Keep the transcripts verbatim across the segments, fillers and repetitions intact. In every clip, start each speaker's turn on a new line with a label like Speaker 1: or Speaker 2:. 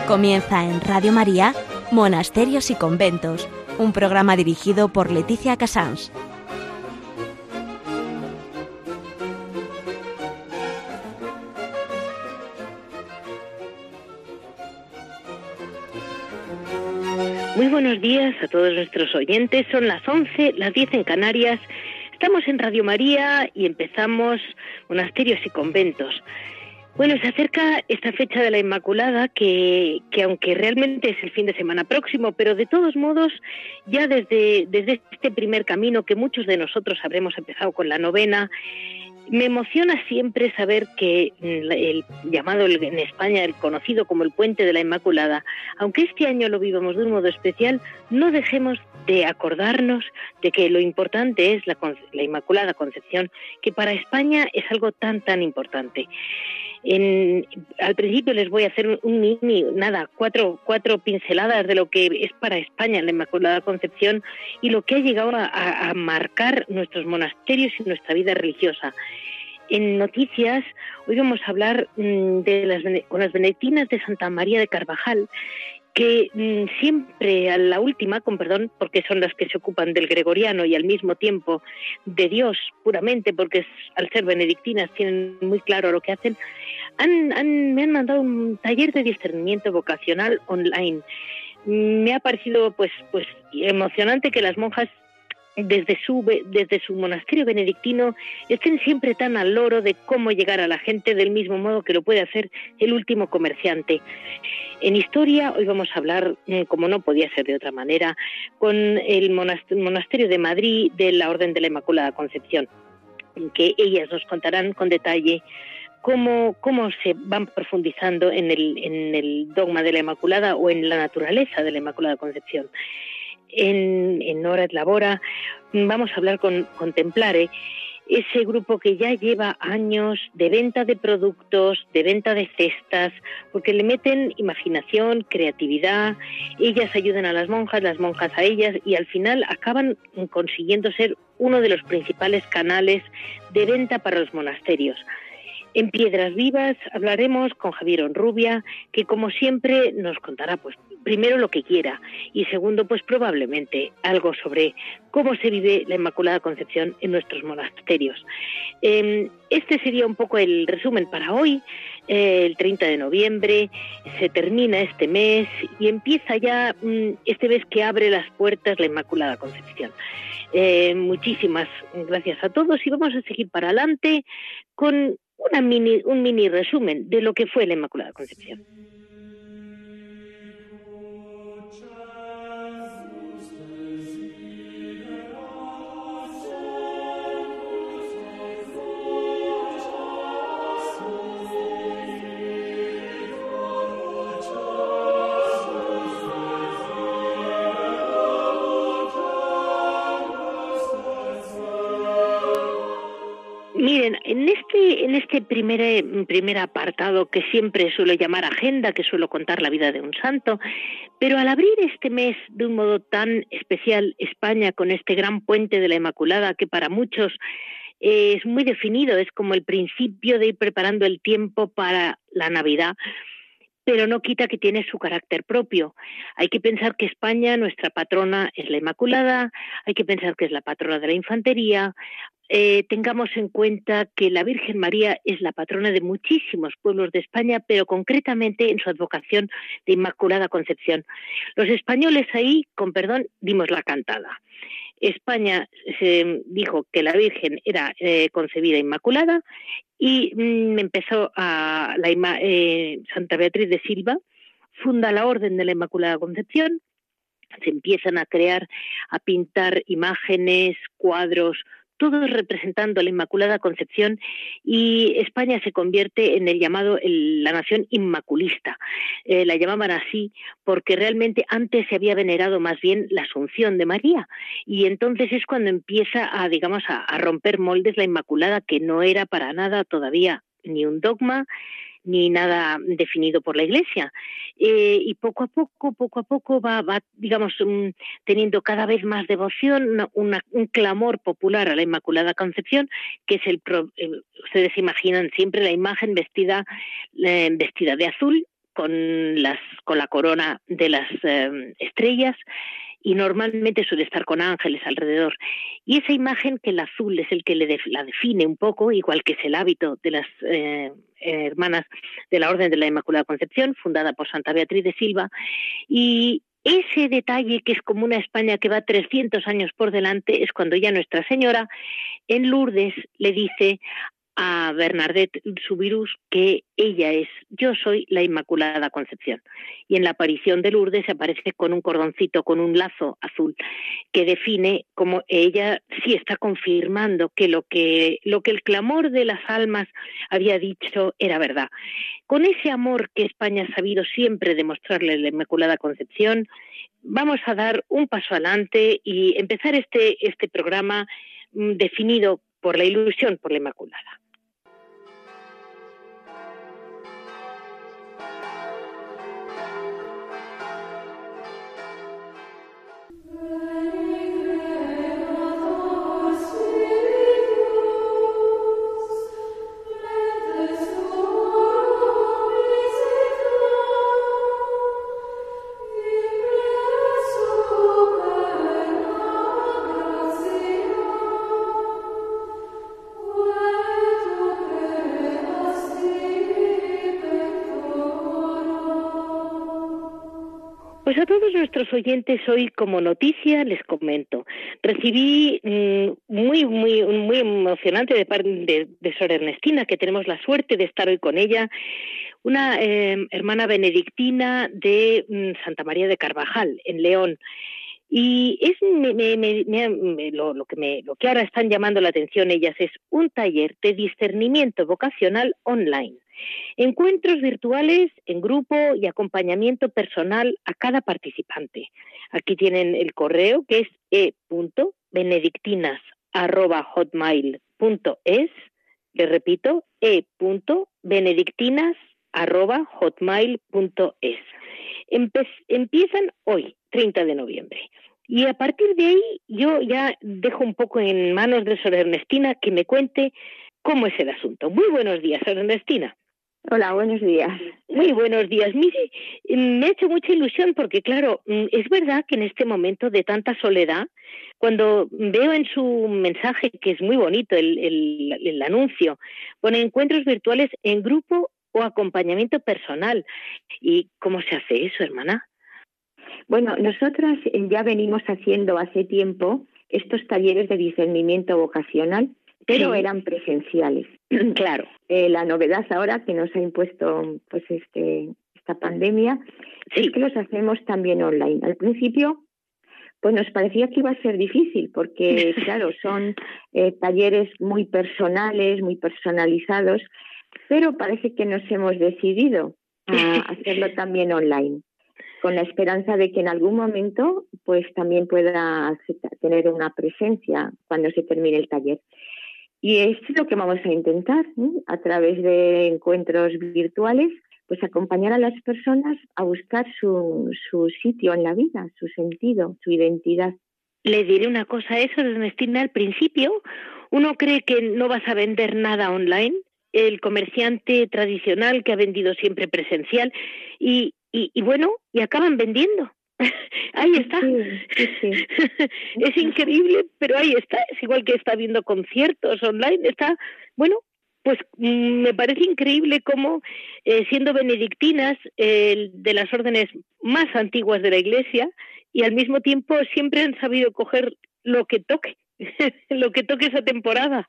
Speaker 1: Comienza en Radio María, Monasterios y Conventos, un programa dirigido por Leticia Casans.
Speaker 2: Muy buenos días a todos nuestros oyentes, son las once, las diez en Canarias, estamos en Radio María y empezamos Monasterios y Conventos. Bueno, se acerca esta fecha de la Inmaculada que, que aunque realmente es el fin de semana próximo, pero de todos modos ya desde, desde este primer camino que muchos de nosotros habremos empezado con la novena, me emociona siempre saber que el llamado en España, el conocido como el Puente de la Inmaculada, aunque este año lo vivamos de un modo especial, no dejemos de acordarnos de que lo importante es la, la Inmaculada Concepción, que para España es algo tan, tan importante. En, al principio les voy a hacer un mini, nada, cuatro, cuatro pinceladas de lo que es para España la Inmaculada Concepción y lo que ha llegado a, a, a marcar nuestros monasterios y nuestra vida religiosa. En noticias, hoy vamos a hablar mmm, de las, con las benedictinas de Santa María de Carvajal, que mmm, siempre a la última, con perdón, porque son las que se ocupan del gregoriano y al mismo tiempo de Dios puramente, porque es, al ser benedictinas tienen muy claro lo que hacen, han, han, me han mandado un taller de discernimiento vocacional online. Me ha parecido pues, pues emocionante que las monjas desde su, desde su monasterio benedictino estén siempre tan al loro de cómo llegar a la gente del mismo modo que lo puede hacer el último comerciante. En historia, hoy vamos a hablar, como no podía ser de otra manera, con el monasterio de Madrid de la Orden de la Inmaculada Concepción, que ellas nos contarán con detalle cómo, cómo se van profundizando en el, en el dogma de la Inmaculada o en la naturaleza de la Inmaculada Concepción. En, en Hora et Labora vamos a hablar con Contemplare, ese grupo que ya lleva años de venta de productos, de venta de cestas, porque le meten imaginación, creatividad, ellas ayudan a las monjas, las monjas a ellas, y al final acaban consiguiendo ser uno de los principales canales de venta para los monasterios. En Piedras Vivas hablaremos con Javier Onrubia, que como siempre nos contará pues primero lo que quiera y segundo pues probablemente algo sobre cómo se vive la Inmaculada Concepción en nuestros monasterios. Eh, este sería un poco el resumen para hoy. Eh, el treinta de noviembre se termina este mes y empieza ya mm, este mes que abre las puertas la Inmaculada Concepción. Eh, muchísimas gracias a todos y vamos a seguir para adelante con Una mini, un mini resumen de lo que fue la Inmaculada Concepción. Miren, en este, en este primer, primer apartado que siempre suelo llamar agenda, que suelo contar la vida de un santo, pero al abrir este mes de un modo tan especial España con este gran puente de la Inmaculada que para muchos eh, es muy definido, es como el principio de ir preparando el tiempo para la Navidad, pero no quita que tiene su carácter propio. Hay que pensar que España, nuestra patrona, es la Inmaculada, hay que pensar que es la patrona de la infantería. Eh, tengamos en cuenta que la Virgen María es la patrona de muchísimos pueblos de España, pero concretamente en su advocación de Inmaculada Concepción. Los españoles ahí, con perdón, dimos la cantada. España se dijo que la Virgen era eh, concebida inmaculada y mmm, empezó a la eh, Santa Beatriz de Silva funda la Orden de la Inmaculada Concepción. Se empiezan a crear, a pintar imágenes, cuadros, todos representando a la Inmaculada Concepción, y España se convierte en el llamado el, la nación inmaculista. Eh, la llamaban así porque realmente antes se había venerado más bien la Asunción de María, y entonces es cuando empieza a, digamos, a, a romper moldes la Inmaculada, que no era para nada todavía ni un dogma, ni nada definido por la Iglesia. Eh, y poco a poco, poco a poco va, va digamos, um, teniendo cada vez más devoción, una, una, un clamor popular a la Inmaculada Concepción, que es el, eh, ustedes imaginan siempre la imagen vestida, eh, vestida de azul, con, las, con la corona de las eh, estrellas, y normalmente suele estar con ángeles alrededor. Y esa imagen, que el azul es el que le def- la define un poco, igual que es el hábito de las eh, hermanas de la Orden de la Inmaculada Concepción, fundada por Santa Beatriz de Silva, y ese detalle que es como una España que va trescientos años por delante, es cuando ya Nuestra Señora en Lourdes le dice a Bernadette Soubirous que ella es, yo soy la Inmaculada Concepción. Y en la aparición de Lourdes aparece con un cordoncito, con un lazo azul, que define como ella sí está confirmando que lo que, lo que el clamor de las almas había dicho era verdad. Con ese amor que España ha sabido siempre demostrarle a la Inmaculada Concepción, vamos a dar un paso adelante y empezar este, este programa mmm, definido por la ilusión por la Inmaculada. Pues a todos nuestros oyentes hoy, como noticia, les comento. Recibí mmm, muy, muy, muy emocionante de parte de, de Sor Ernestina, que tenemos la suerte de estar hoy con ella, una eh, hermana benedictina de mmm, Santa María de Carvajal, en León. Y es me, me, me, me, lo, lo, que me, lo que ahora están llamando la atención ellas es un taller de discernimiento vocacional online. Encuentros virtuales en grupo y acompañamiento personal a cada participante. Aquí tienen el correo, que es e punto benedictinas arroba hotmail punto es. Les repito, e punto benedictinas arroba hotmail punto es. Empe- empiezan hoy, treinta de noviembre. Y a partir de ahí yo ya dejo un poco en manos de Sor Ernestina que me cuente cómo es el asunto. Muy buenos días, Sor Ernestina.
Speaker 3: Hola, buenos días.
Speaker 2: Muy buenos días. Mire, me ha hecho mucha ilusión porque, claro, es verdad que en este momento de tanta soledad, cuando veo en su mensaje, que es muy bonito el, el, el anuncio, pone encuentros virtuales en grupo o acompañamiento personal. ¿Y cómo se hace eso, hermana?
Speaker 3: Bueno, nosotras ya venimos haciendo hace tiempo estos talleres de discernimiento vocacional, pero sí. Eran presenciales.
Speaker 2: Claro.
Speaker 3: Eh, la novedad ahora que nos ha impuesto pues este esta pandemia sí. Es que los hacemos también online. Al principio pues nos parecía que iba a ser difícil porque, claro, son eh, talleres muy personales, muy personalizados, pero parece que nos hemos decidido a hacerlo también online, con la esperanza de que en algún momento pues también pueda tener una presencia cuando se termine el taller. Y es lo que vamos a intentar, ¿eh? A través de encuentros virtuales, pues acompañar a las personas a buscar su, su sitio en la vida, su sentido, su identidad.
Speaker 2: Le diré una cosa a eso, Ernestina, al principio uno cree que no vas a vender nada online, el comerciante tradicional que ha vendido siempre presencial, y, y, y bueno, y acaban vendiendo. Ahí está.
Speaker 3: Sí, sí, sí.
Speaker 2: Es increíble, pero ahí está. Es igual que está viendo conciertos online. Está, bueno, pues mmm, me parece increíble cómo, eh, siendo benedictinas, eh, de las órdenes más antiguas de la Iglesia, y al mismo tiempo siempre han sabido coger lo que toque, lo que toque esa temporada.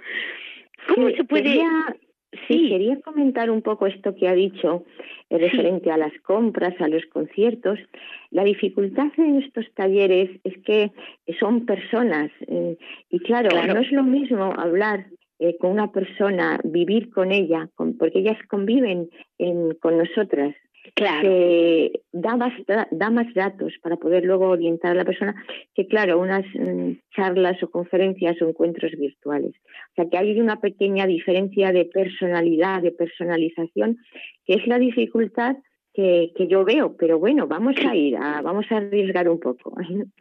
Speaker 2: ¿Cómo
Speaker 3: sí,
Speaker 2: se puede...?
Speaker 3: Quería... Sí, quería comentar un poco esto que ha dicho eh, referente sí. a las compras, a los conciertos. La dificultad en estos talleres es que son personas eh, y claro, claro, no es lo mismo hablar eh, con una persona, vivir con ella, con, porque ellas conviven en, con nosotras.
Speaker 2: Claro.
Speaker 3: Que da más, da más datos para poder luego orientar a la persona que, claro, unas mm, charlas o conferencias o encuentros virtuales. O sea, que hay una pequeña diferencia de personalidad, de personalización, que es la dificultad que, que yo veo. Pero bueno, vamos a ir, a, vamos a arriesgar un poco.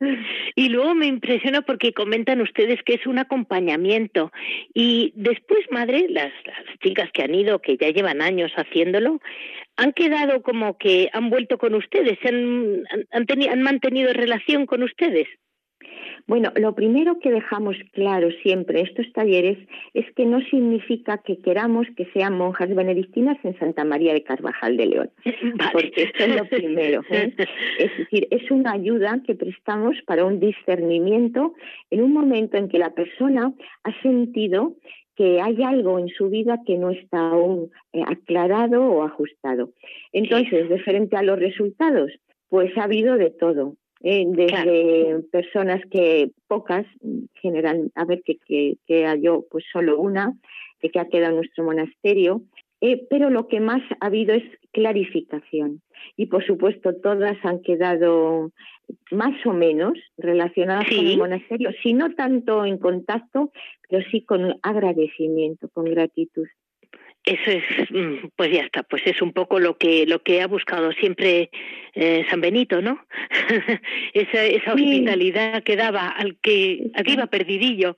Speaker 2: Y luego me impresiona porque comentan ustedes que es un acompañamiento. Y después, madre, las, las chicas que han ido, que ya llevan años haciéndolo, han quedado como que han vuelto con ustedes, han, han, teni- han mantenido relación con ustedes.
Speaker 3: Bueno, lo primero que dejamos claro siempre en estos talleres es que no significa que queramos que sean monjas benedictinas en Santa María de Carvajal de León,
Speaker 2: Vale.
Speaker 3: Porque esto es lo primero, ¿eh? Es decir, es una ayuda que prestamos para un discernimiento en un momento en que la persona ha sentido que hay algo en su vida que no está aún eh, aclarado o ajustado. Entonces, referente a los resultados, pues ha habido de todo. Eh, desde claro. Personas que pocas generan, a ver que, que, que yo pues solo una eh, que ha quedado en nuestro monasterio, eh, pero lo que más ha habido es clarificación y por supuesto todas han quedado más o menos relacionadas sí. con el monasterio, si no tanto en contacto, pero sí con agradecimiento, con gratitud.
Speaker 2: Eso es, pues ya está, pues es un poco lo que lo que ha buscado siempre eh, San Benito, ¿no? esa esa hospitalidad sí. que daba al que, al que iba perdidillo.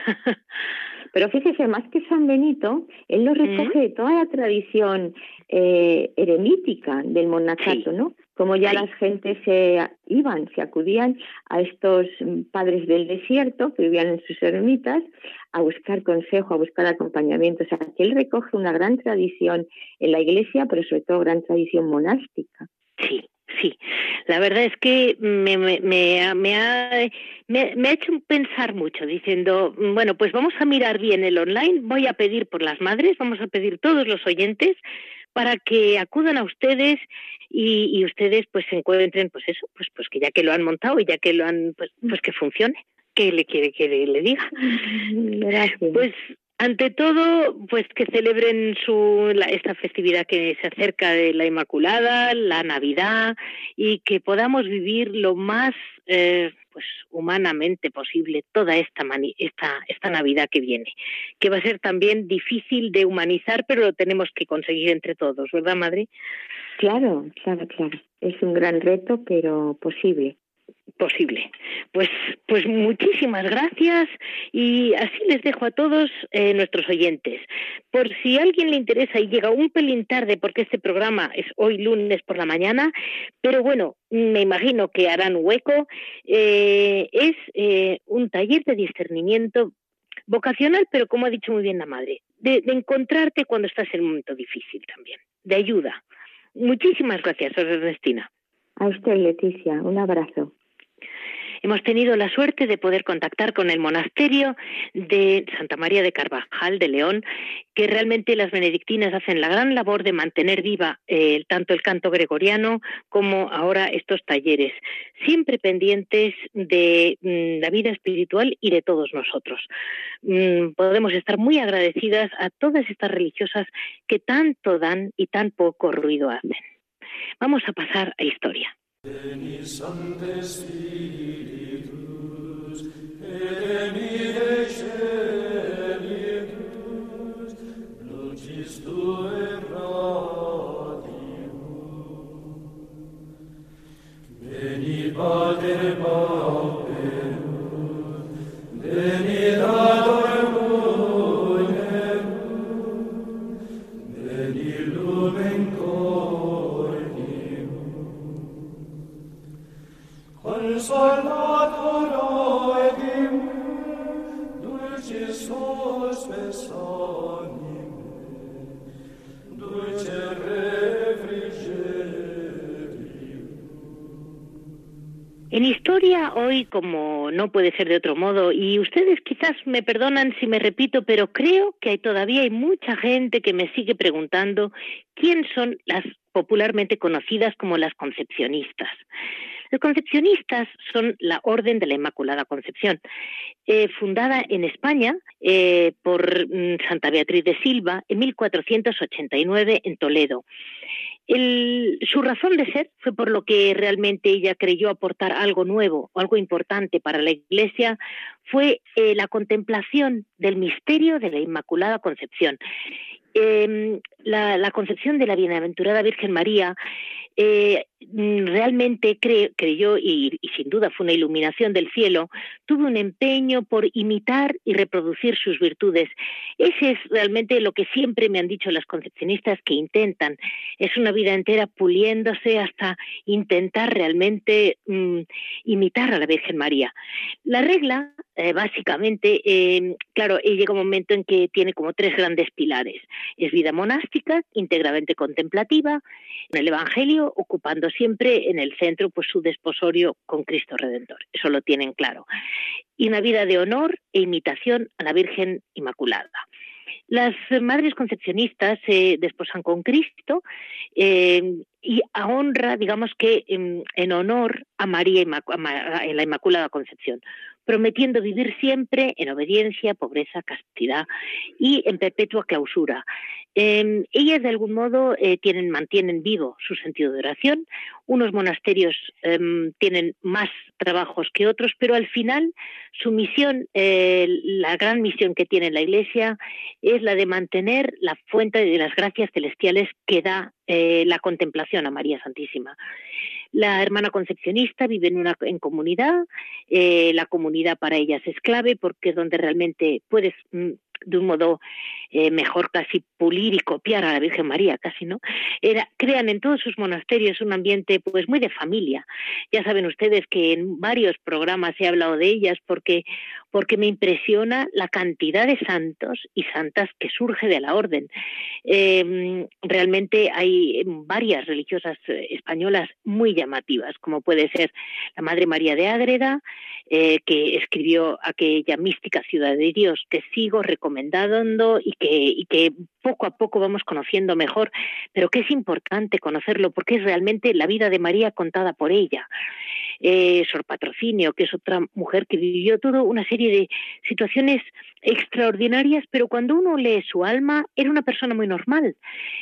Speaker 3: Pero fíjese, más que San Benito, él lo recoge de toda la tradición eh, eremítica del monacato, sí. ¿no? Como ya sí. las gentes se iban, se acudían a estos padres del desierto que vivían en sus ermitas a buscar consejo, a buscar acompañamiento. O sea, que él recoge una gran tradición en la iglesia, pero sobre todo gran tradición monástica.
Speaker 2: Sí. Sí, la verdad es que me, me, me, ha, me, ha, me, me ha hecho pensar mucho, diciendo, bueno, pues vamos a mirar bien el online, voy a pedir por las madres, vamos a pedir todos los oyentes para que acudan a ustedes y, y ustedes pues se encuentren, pues eso, pues pues que ya que lo han montado y ya que lo han, pues, pues que funcione, que le quiere que le, le diga.
Speaker 3: Gracias.
Speaker 2: Pues ante todo, pues que celebren su la, esta festividad que se acerca de la Inmaculada, la Navidad, y que podamos vivir lo más eh, pues humanamente posible toda esta, mani, esta esta Navidad que viene, que va a ser también difícil de humanizar, pero lo tenemos que conseguir entre todos, ¿verdad, Madre?
Speaker 3: Claro, claro, claro. Es un gran reto, pero posible.
Speaker 2: Posible. Pues, pues muchísimas gracias y así les dejo a todos eh, nuestros oyentes. Por si a alguien le interesa y llega un pelín tarde porque este programa es hoy lunes por la mañana, pero bueno, me imagino que harán hueco, eh, es eh, un taller de discernimiento vocacional, pero como ha dicho muy bien la madre, de, de encontrarte cuando estás en un momento difícil también, de ayuda. Muchísimas gracias, Ernestina.
Speaker 3: A usted, Leticia, un abrazo.
Speaker 2: Hemos tenido la suerte de poder contactar con el monasterio de Santa María de Carvajal de León, que realmente las benedictinas hacen la gran labor de mantener viva eh, tanto el canto gregoriano como ahora estos talleres, siempre pendientes de mm, la vida espiritual y de todos nosotros. Mm, podemos estar muy agradecidas a todas estas religiosas que tanto dan y tan poco ruido hacen. Vamos a pasar a historia. En historia hoy, como no puede ser de otro modo, y ustedes quizás me perdonan si me repito, pero creo que hay, todavía hay mucha gente que me sigue preguntando quién son las popularmente conocidas como las concepcionistas. Los concepcionistas son la Orden de la Inmaculada Concepción, eh, fundada en España eh, por mm, Santa Beatriz de Silva en mil cuatrocientos ochenta y nueve en Toledo. El, su razón de ser fue por lo que realmente ella creyó aportar algo nuevo, algo importante para la Iglesia, fue eh, la contemplación del misterio de la Inmaculada Concepción. Eh, la, la concepción de la Bienaventurada Virgen María eh, realmente cre, creyó, y, y sin duda fue una iluminación del cielo, tuvo un empeño por imitar y reproducir sus virtudes. Ese es realmente lo que siempre me han dicho las concepcionistas que intentan. Es una vida entera puliéndose hasta intentar realmente mmm, imitar a la Virgen María. La regla, eh, básicamente, eh, claro, llega un momento en que tiene como tres grandes pilares. Es vida monástica, íntegramente contemplativa, en el Evangelio, ocupando siempre en el centro pues su desposorio con Cristo Redentor. Eso lo tienen claro. Y una vida de honor e imitación a la Virgen Inmaculada. Las madres concepcionistas se desposan con Cristo eh, y a honra, digamos que en, en honor a María en la Inmaculada Concepción, prometiendo vivir siempre en obediencia, pobreza, castidad y en perpetua clausura. Eh, ellas de algún modo eh, tienen, mantienen vivo su sentido de oración. Unos monasterios eh, tienen más trabajos que otros, pero al final su misión, eh, la gran misión que tiene la Iglesia es la de mantener la fuente de las gracias celestiales que da eh, la contemplación a María Santísima. La hermana concepcionista vive en una en comunidad, eh, la comunidad para ellas es clave porque es donde realmente puedes mm, de un modo eh, mejor casi pulir y copiar a la Virgen María, casi, ¿no? Era, crean en todos sus monasterios un ambiente pues muy de familia. Ya saben ustedes que en varios programas he hablado de ellas porque, porque me impresiona la cantidad de santos y santas que surge de la orden. Eh, realmente hay varias religiosas españolas muy llamativas, como puede ser la Madre María de Ágreda, eh, que escribió aquella mística Ciudad de Dios que sigo recomendando y que, y que poco a poco vamos conociendo mejor, pero que es importante conocerlo porque es realmente la vida de María contada por ella. Eh, Sor Patrocinio, que es otra mujer que vivió toda una serie de situaciones extraordinarias, pero cuando uno lee su alma era una persona muy normal.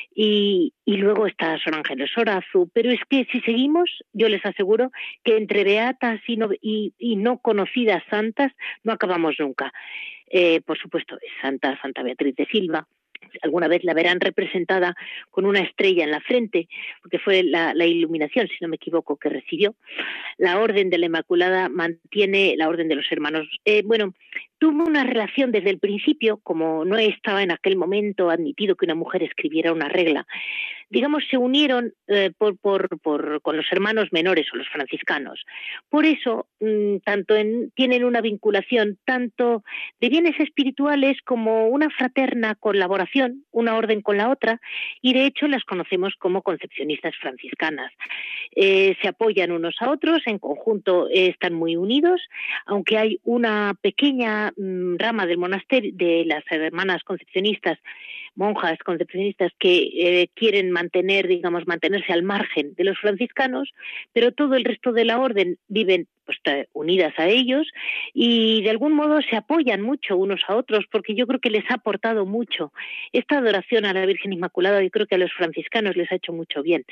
Speaker 2: Y, y luego está Sor Ángeles Orazu, pero es que si seguimos, yo les aseguro que entre beatas y no, y, y no conocidas santas no acabamos nunca. Eh, por supuesto, es Santa, Santa Beatriz de Silva. Alguna vez la verán representada con una estrella en la frente, porque fue la, la iluminación, si no me equivoco, que recibió. La Orden de la Inmaculada mantiene la Orden de los Hermanos. Eh, bueno, tuvo una relación desde el principio, como no estaba en aquel momento admitido que una mujer escribiera una regla. Digamos, se unieron eh, por, por, por, con los hermanos menores o los franciscanos. Por eso, mmm, tanto en, tienen una vinculación tanto de bienes espirituales como una fraterna colaboración, una orden con la otra, y de hecho las conocemos como concepcionistas franciscanas. Eh, se apoyan unos a otros, en conjunto eh, están muy unidos, aunque hay una pequeña mmm, rama del monasterio, de las hermanas concepcionistas, monjas concepcionistas que eh, quieren mantener, digamos, mantenerse al margen de los franciscanos, pero todo el resto de la orden viven pues, unidas a ellos y de algún modo se apoyan mucho unos a otros porque yo creo que les ha aportado mucho. Esta adoración a la Virgen Inmaculada yo creo que a los franciscanos les ha hecho mucho bien.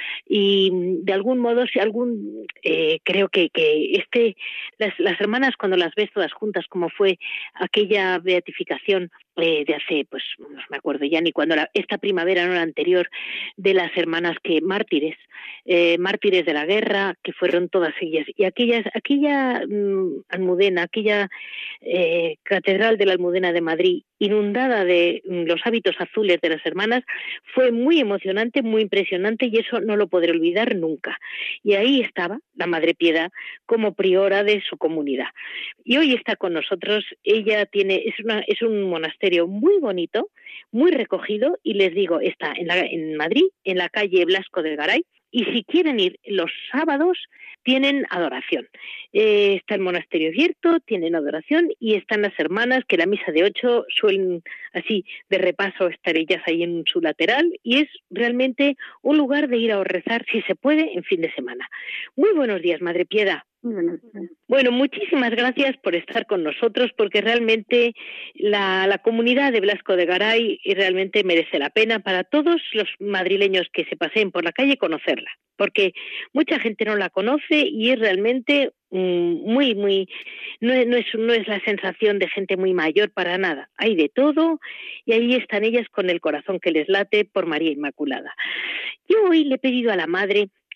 Speaker 2: Y de algún modo, si algún eh, creo que, que este las, las hermanas cuando las ves todas juntas, como fue aquella beatificación eh, de hace, pues no me acuerdo ya ni cuando, la, esta primavera, no la anterior, de las hermanas que mártires, eh, mártires de la guerra, que fueron todas ellas, y aquellas, aquella mmm, Almudena, aquella eh, catedral de la Almudena de Madrid, inundada de los hábitos azules de las hermanas, fue muy emocionante, muy impresionante y eso no lo podré olvidar nunca. Y ahí estaba la Madre Piedad como priora de su comunidad. Y hoy está con nosotros, ella tiene, es, una, es un monasterio muy bonito, muy recogido y les digo, está en, la, en Madrid, en la calle Blasco de Garay, y si quieren ir los sábados, tienen adoración. Eh, está el monasterio abierto, tienen adoración y están las hermanas que la misa de ocho suelen así de repaso estar ellas ahí en su lateral y es realmente un lugar de ir a rezar si se puede en fin de semana. Muy buenos días, Madre Piedad.
Speaker 3: Bueno,
Speaker 2: bueno, muchísimas gracias por estar con nosotros porque realmente la, la comunidad de Blasco de Garay realmente merece la pena para todos los madrileños que se paseen por la calle conocerla, porque mucha gente no la conoce y es realmente mmm, muy, muy, no es, no, es, no es la sensación de gente muy mayor para nada, hay de todo y ahí están ellas con el corazón que les late por María Inmaculada. Yo hoy le he pedido a la Madre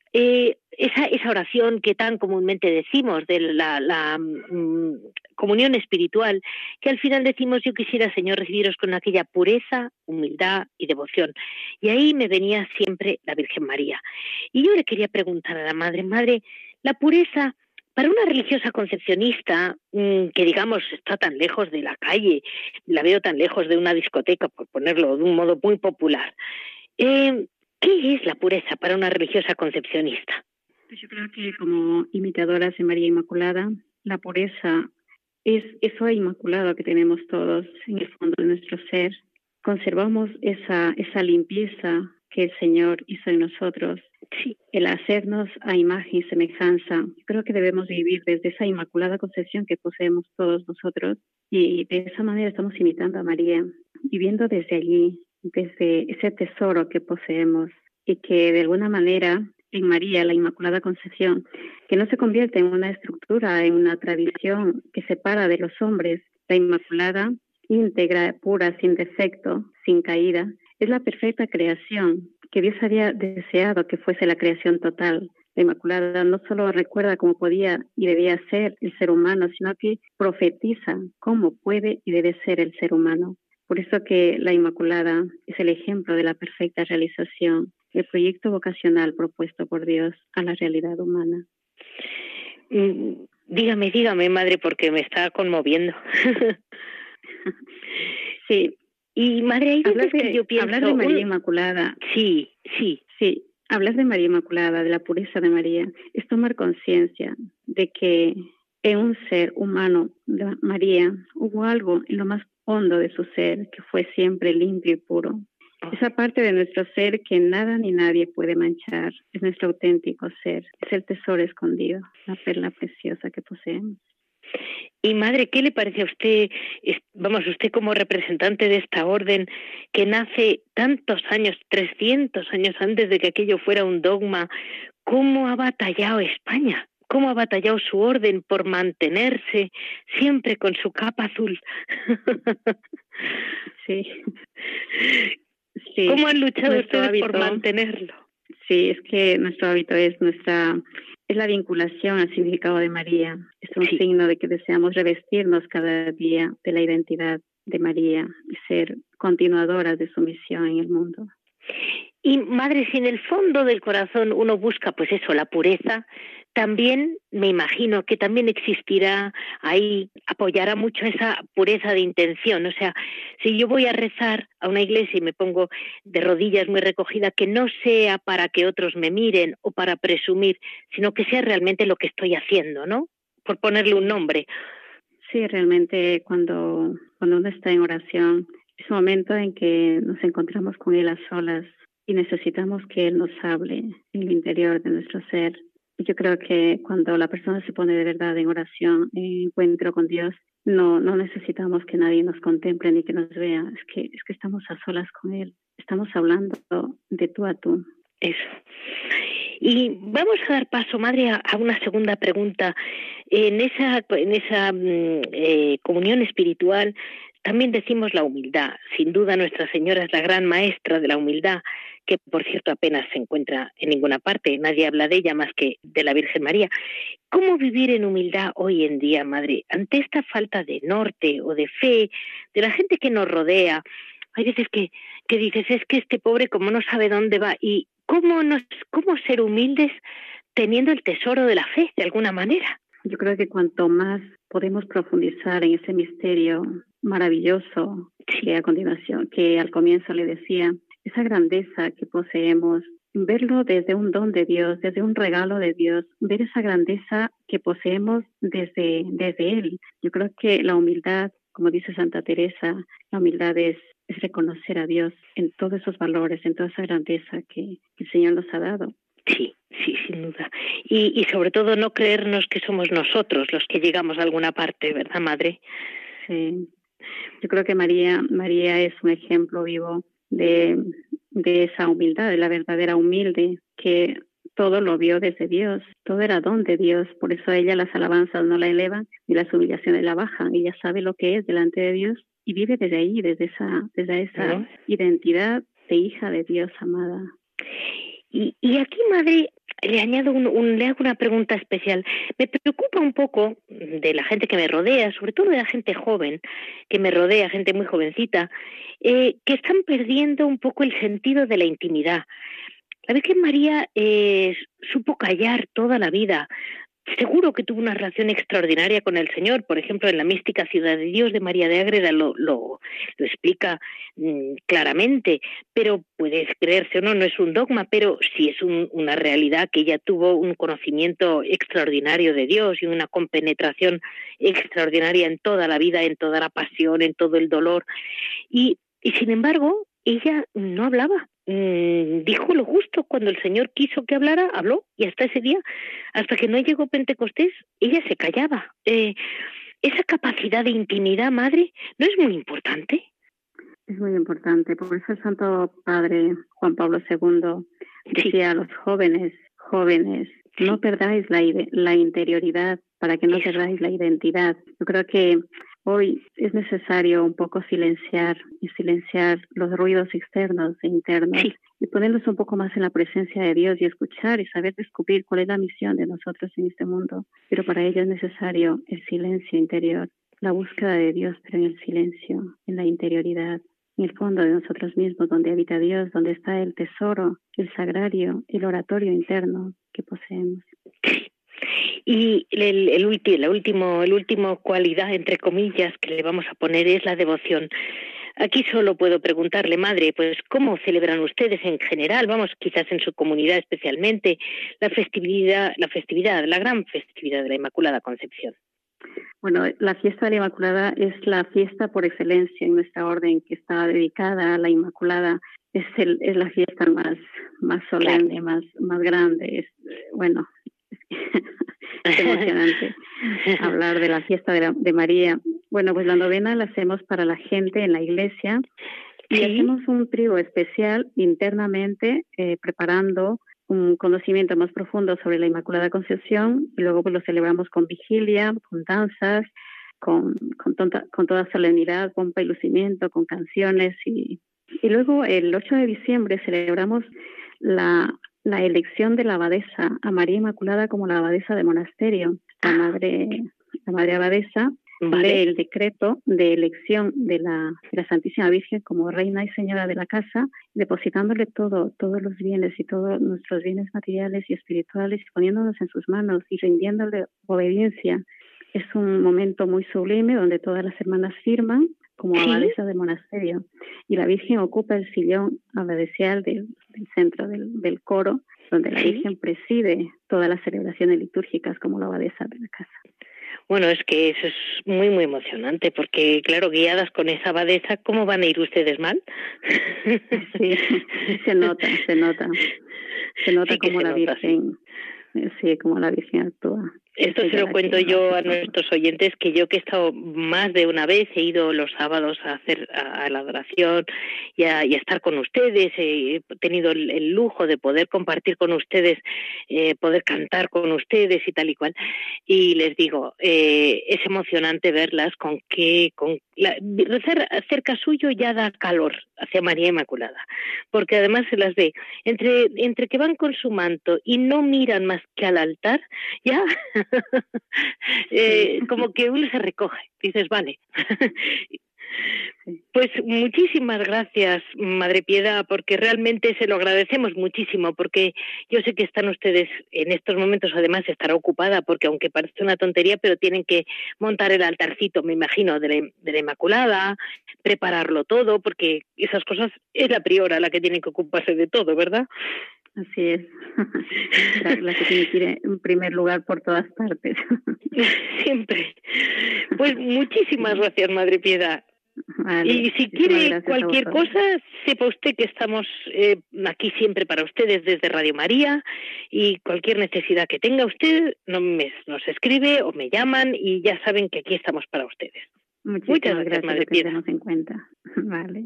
Speaker 2: eh, esa, esa oración que tan comúnmente decimos de la, la mm, comunión espiritual, que al final decimos: yo quisiera, Señor, recibiros con aquella pureza, humildad y devoción. Y ahí me venía siempre la Virgen María. Y yo le quería preguntar a la Madre, Madre, la pureza, para una religiosa concepcionista, mmm, que digamos está tan lejos de la calle, la veo tan lejos de una discoteca, por ponerlo de un modo muy popular, eh, ¿qué es la pureza para una religiosa concepcionista?
Speaker 4: Pues yo creo que como imitadoras de María Inmaculada, la pureza es eso inmaculado que tenemos todos en el fondo de nuestro ser. Conservamos esa, esa limpieza que el Señor hizo en nosotros. Sí, el hacernos a imagen y semejanza. Creo que debemos vivir desde esa inmaculada concepción que poseemos todos nosotros, y de esa manera estamos imitando a María, viviendo desde allí, desde ese tesoro que poseemos, y que de alguna manera en María, la Inmaculada Concepción, que no se convierte en una estructura, en una tradición que separa de los hombres. La Inmaculada, íntegra, pura, sin defecto, sin caída, es la perfecta creación que Dios había deseado que fuese la creación total. La Inmaculada no solo recuerda cómo podía y debía ser el ser humano, sino que profetiza cómo puede y debe ser el ser humano. Por eso que la Inmaculada es el ejemplo de la perfecta realización, el proyecto vocacional propuesto por Dios a la realidad humana.
Speaker 2: Mm, dígame, dígame, Madre, porque me está conmoviendo.
Speaker 4: Sí.
Speaker 2: Y Madre, hay veces que yo pienso...
Speaker 4: Hablar de María un... Inmaculada...
Speaker 2: Sí, sí.
Speaker 4: Sí, hablar de María Inmaculada, de la pureza de María, es tomar conciencia de que en un ser humano de María hubo algo en lo más hondo de su ser que fue siempre limpio y puro. Esa parte de nuestro ser que nada ni nadie puede manchar, es nuestro auténtico ser, es el tesoro escondido, la perla preciosa que poseemos.
Speaker 2: Y Madre, ¿qué le parece a usted, vamos, usted como representante de esta orden que nace tantos años, trescientos años antes de que aquello fuera un dogma, cómo ha batallado España? ¿Cómo ha batallado su orden por mantenerse siempre con su capa azul?
Speaker 4: Sí. Sí.
Speaker 2: ¿Cómo han luchado
Speaker 4: Nuestro
Speaker 2: ustedes
Speaker 4: hábito,
Speaker 2: por mantenerlo?
Speaker 4: Sí, es que nuestro hábito es nuestra es la vinculación al significado de María. Es un
Speaker 2: sí.
Speaker 4: signo de que deseamos revestirnos cada día de la identidad de María y ser continuadoras de su misión en el mundo.
Speaker 2: Y Madre, si en el fondo del corazón uno busca, pues eso, la pureza, también me imagino que también existirá ahí, apoyará mucho esa pureza de intención. O sea, si yo voy a rezar a una iglesia y me pongo de rodillas muy recogida, que no sea para que otros me miren o para presumir, sino que sea realmente lo que estoy haciendo, ¿no? Por ponerle un nombre.
Speaker 4: Sí, realmente cuando, cuando uno está en oración, es un momento en que nos encontramos con Él a solas y necesitamos que Él nos hable en el interior de nuestro ser. Yo creo que cuando la persona se pone de verdad en oración, en encuentro con Dios, no no necesitamos que nadie nos contemple ni que nos vea. Es que es que estamos a solas con Él. Estamos hablando de tú a tú.
Speaker 2: Eso. Y vamos a dar paso, Madre, a, a una segunda pregunta. En esa en esa eh, comunión espiritual también decimos la humildad. Sin duda Nuestra Señora es la gran maestra de la humildad, que por cierto apenas se encuentra en ninguna parte. Nadie habla de ella más que de la Virgen María. ¿Cómo vivir en humildad hoy en día, Madre, ante esta falta de norte o de fe de la gente que nos rodea? Hay veces que, que dices, es que este pobre como no sabe dónde va. ¿Y cómo, nos, cómo ser humildes teniendo el tesoro de la fe, de alguna manera?
Speaker 4: Yo creo que cuanto más podemos profundizar en ese misterio maravilloso que a continuación, que al comienzo le decía, esa grandeza que poseemos, verlo desde un don de Dios, desde un regalo de Dios, ver esa grandeza que poseemos desde, desde Él. Yo creo que la humildad, como dice Santa Teresa, la humildad es, es reconocer a Dios en todos esos valores, en toda esa grandeza que el Señor nos ha dado.
Speaker 2: Sí, sí, sin duda. Y, y sobre todo no creernos que somos nosotros los que llegamos a alguna parte, ¿verdad, Madre?
Speaker 4: Sí. Yo creo que María, María es un ejemplo vivo de, de esa humildad, de la verdadera humilde, que todo lo vio desde Dios, todo era don de Dios, por eso a ella las alabanzas no la elevan ni las humillaciones la bajan. Ella sabe lo que es delante de Dios y vive desde ahí, desde esa, desde esa ¿no? identidad de hija de Dios amada.
Speaker 2: Y, y aquí, Madre, le añado un, un, le hago una pregunta especial. Me preocupa un poco de la gente que me rodea, sobre todo de la gente joven que me rodea, gente muy jovencita, eh, que están perdiendo un poco el sentido de la intimidad. La Virgen María eh, supo callar toda la vida. Seguro que tuvo una relación extraordinaria con el Señor. Por ejemplo, en la mística Ciudad de Dios de María de Ágreda lo, lo, lo explica mmm, claramente, pero puedes creerse o no, no es un dogma, pero sí es un, una realidad que ella tuvo un conocimiento extraordinario de Dios y una compenetración extraordinaria en toda la vida, en toda la pasión, en todo el dolor. Y, y sin embargo, ella no hablaba. Dijo lo justo. Cuando el Señor quiso que hablara, habló, y hasta ese día, hasta que no llegó Pentecostés, ella se callaba. Eh, esa capacidad de intimidad, madre, ¿no es muy importante?
Speaker 4: Es muy importante. Por eso el Santo Padre Juan Pablo segundo decía sí. a los jóvenes, jóvenes, sí. no perdáis la, la interioridad para que no Eso. perdáis la identidad. Yo creo que hoy es necesario un poco silenciar y silenciar los ruidos externos e internos sí. y ponernos un poco más en la presencia de Dios y escuchar y saber descubrir cuál es la misión de nosotros en este mundo. Pero para ello es necesario el silencio interior, la búsqueda de Dios, pero en el silencio, en la interioridad, en el fondo de nosotros mismos, donde habita Dios, donde está el tesoro, el sagrario, el oratorio interno que poseemos.
Speaker 2: Y el, el, ulti, la último, el último cualidad, entre comillas, que le vamos a poner es la devoción. Aquí solo puedo preguntarle, madre, pues ¿cómo celebran ustedes en general, vamos, quizás en su comunidad especialmente, la festividad, la festividad, la gran festividad de la Inmaculada Concepción?
Speaker 4: Bueno, la fiesta de la Inmaculada es la fiesta por excelencia en nuestra orden, que está dedicada a la Inmaculada. Es, el, es la fiesta más, más solemne, claro. más, más grande. Es, bueno, es emocionante hablar de la fiesta de, la, de María. Bueno, pues la novena la hacemos para la gente en la iglesia y ¿Sí? hacemos un trío especial internamente eh, preparando un conocimiento más profundo sobre la Inmaculada Concepción y luego pues lo celebramos con vigilia, con danzas, con, con, tonta, con toda solemnidad, pompa y lucimiento, con canciones y, y luego el ocho de diciembre celebramos la la elección de la abadesa, a María Inmaculada como la abadesa de monasterio. La madre, la madre abadesa vale. lee el decreto de elección de la, de la Santísima Virgen como reina y señora de la casa, depositándole todo, todos los bienes y todos nuestros bienes materiales y espirituales, poniéndonos en sus manos y rindiéndole obediencia. Es un momento muy sublime donde todas las hermanas firman como ¿Sí? abadesa de monasterio y la Virgen ocupa el sillón abadesial del, del centro del, del coro, donde la ¿Sí? Virgen preside todas las celebraciones litúrgicas como la abadesa de la casa.
Speaker 2: Bueno, es que eso es muy, muy emocionante, porque, claro, guiadas con esa abadesa, ¿cómo van a ir ustedes mal?
Speaker 4: Sí, se nota, se nota. Se nota sí como la nota, Virgen, sí. sí, como la Virgen actúa.
Speaker 2: Esto se lo cuento yo a nuestros oyentes, que yo que he estado más de una vez, he ido los sábados a hacer a, a la adoración y a, y a estar con ustedes, he tenido el, el lujo de poder compartir con ustedes, eh, poder cantar con ustedes y tal y cual, y les digo, eh, es emocionante verlas con que, con la, rezar cerca suyo ya da calor hacia María Inmaculada, porque además se las ve, entre, entre que van con su manto y no miran más que al altar, ya... eh, como que uno se recoge, dices, vale. Pues muchísimas gracias, Madre Piedad, porque realmente se lo agradecemos muchísimo, porque yo sé que están ustedes en estos momentos, además estará ocupada, porque aunque parece una tontería, pero tienen que montar el altarcito, me imagino, de la, de la Inmaculada, prepararlo todo, porque esas cosas es la priora la que tiene que ocuparse de todo, ¿verdad?
Speaker 4: Así es, la, la que tiene que ir en primer lugar por todas partes.
Speaker 2: Siempre. Pues muchísimas gracias, Madre Piedad. Vale, y si quiere cualquier cosa, sepa usted que estamos eh, aquí siempre para ustedes desde Radio María, y cualquier necesidad que tenga usted no me, nos escribe o me llaman y ya saben que aquí estamos para ustedes.
Speaker 4: Muchísimas Muchas gracias, gracias Madre Piedad. Tenemos en cuenta. Vale.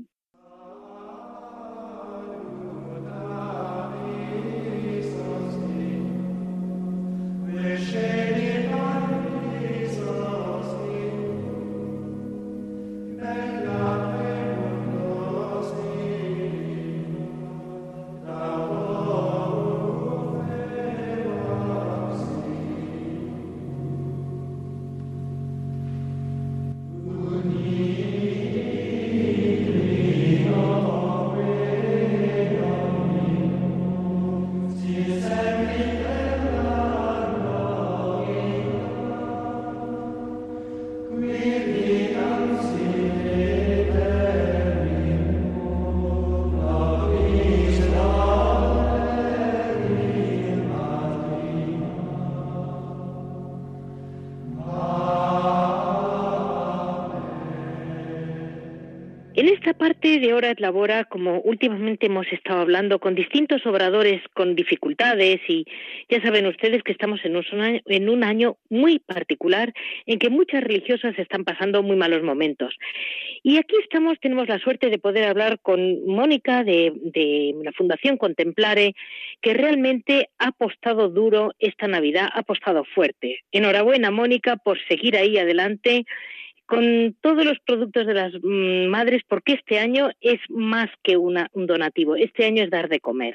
Speaker 2: parte de Horas Labora, como últimamente hemos estado hablando con distintos obradores con dificultades, y ya saben ustedes que estamos en un, en un año muy particular en que muchas religiosas están pasando muy malos momentos. Y aquí estamos, tenemos la suerte de poder hablar con Mónica de, de la Fundación Contemplare, que realmente ha apostado duro esta Navidad, ha apostado fuerte. Enhorabuena, Mónica, por seguir ahí adelante con todos los productos de las mmm, madres, porque este año es más que una, un donativo, este año es dar de comer.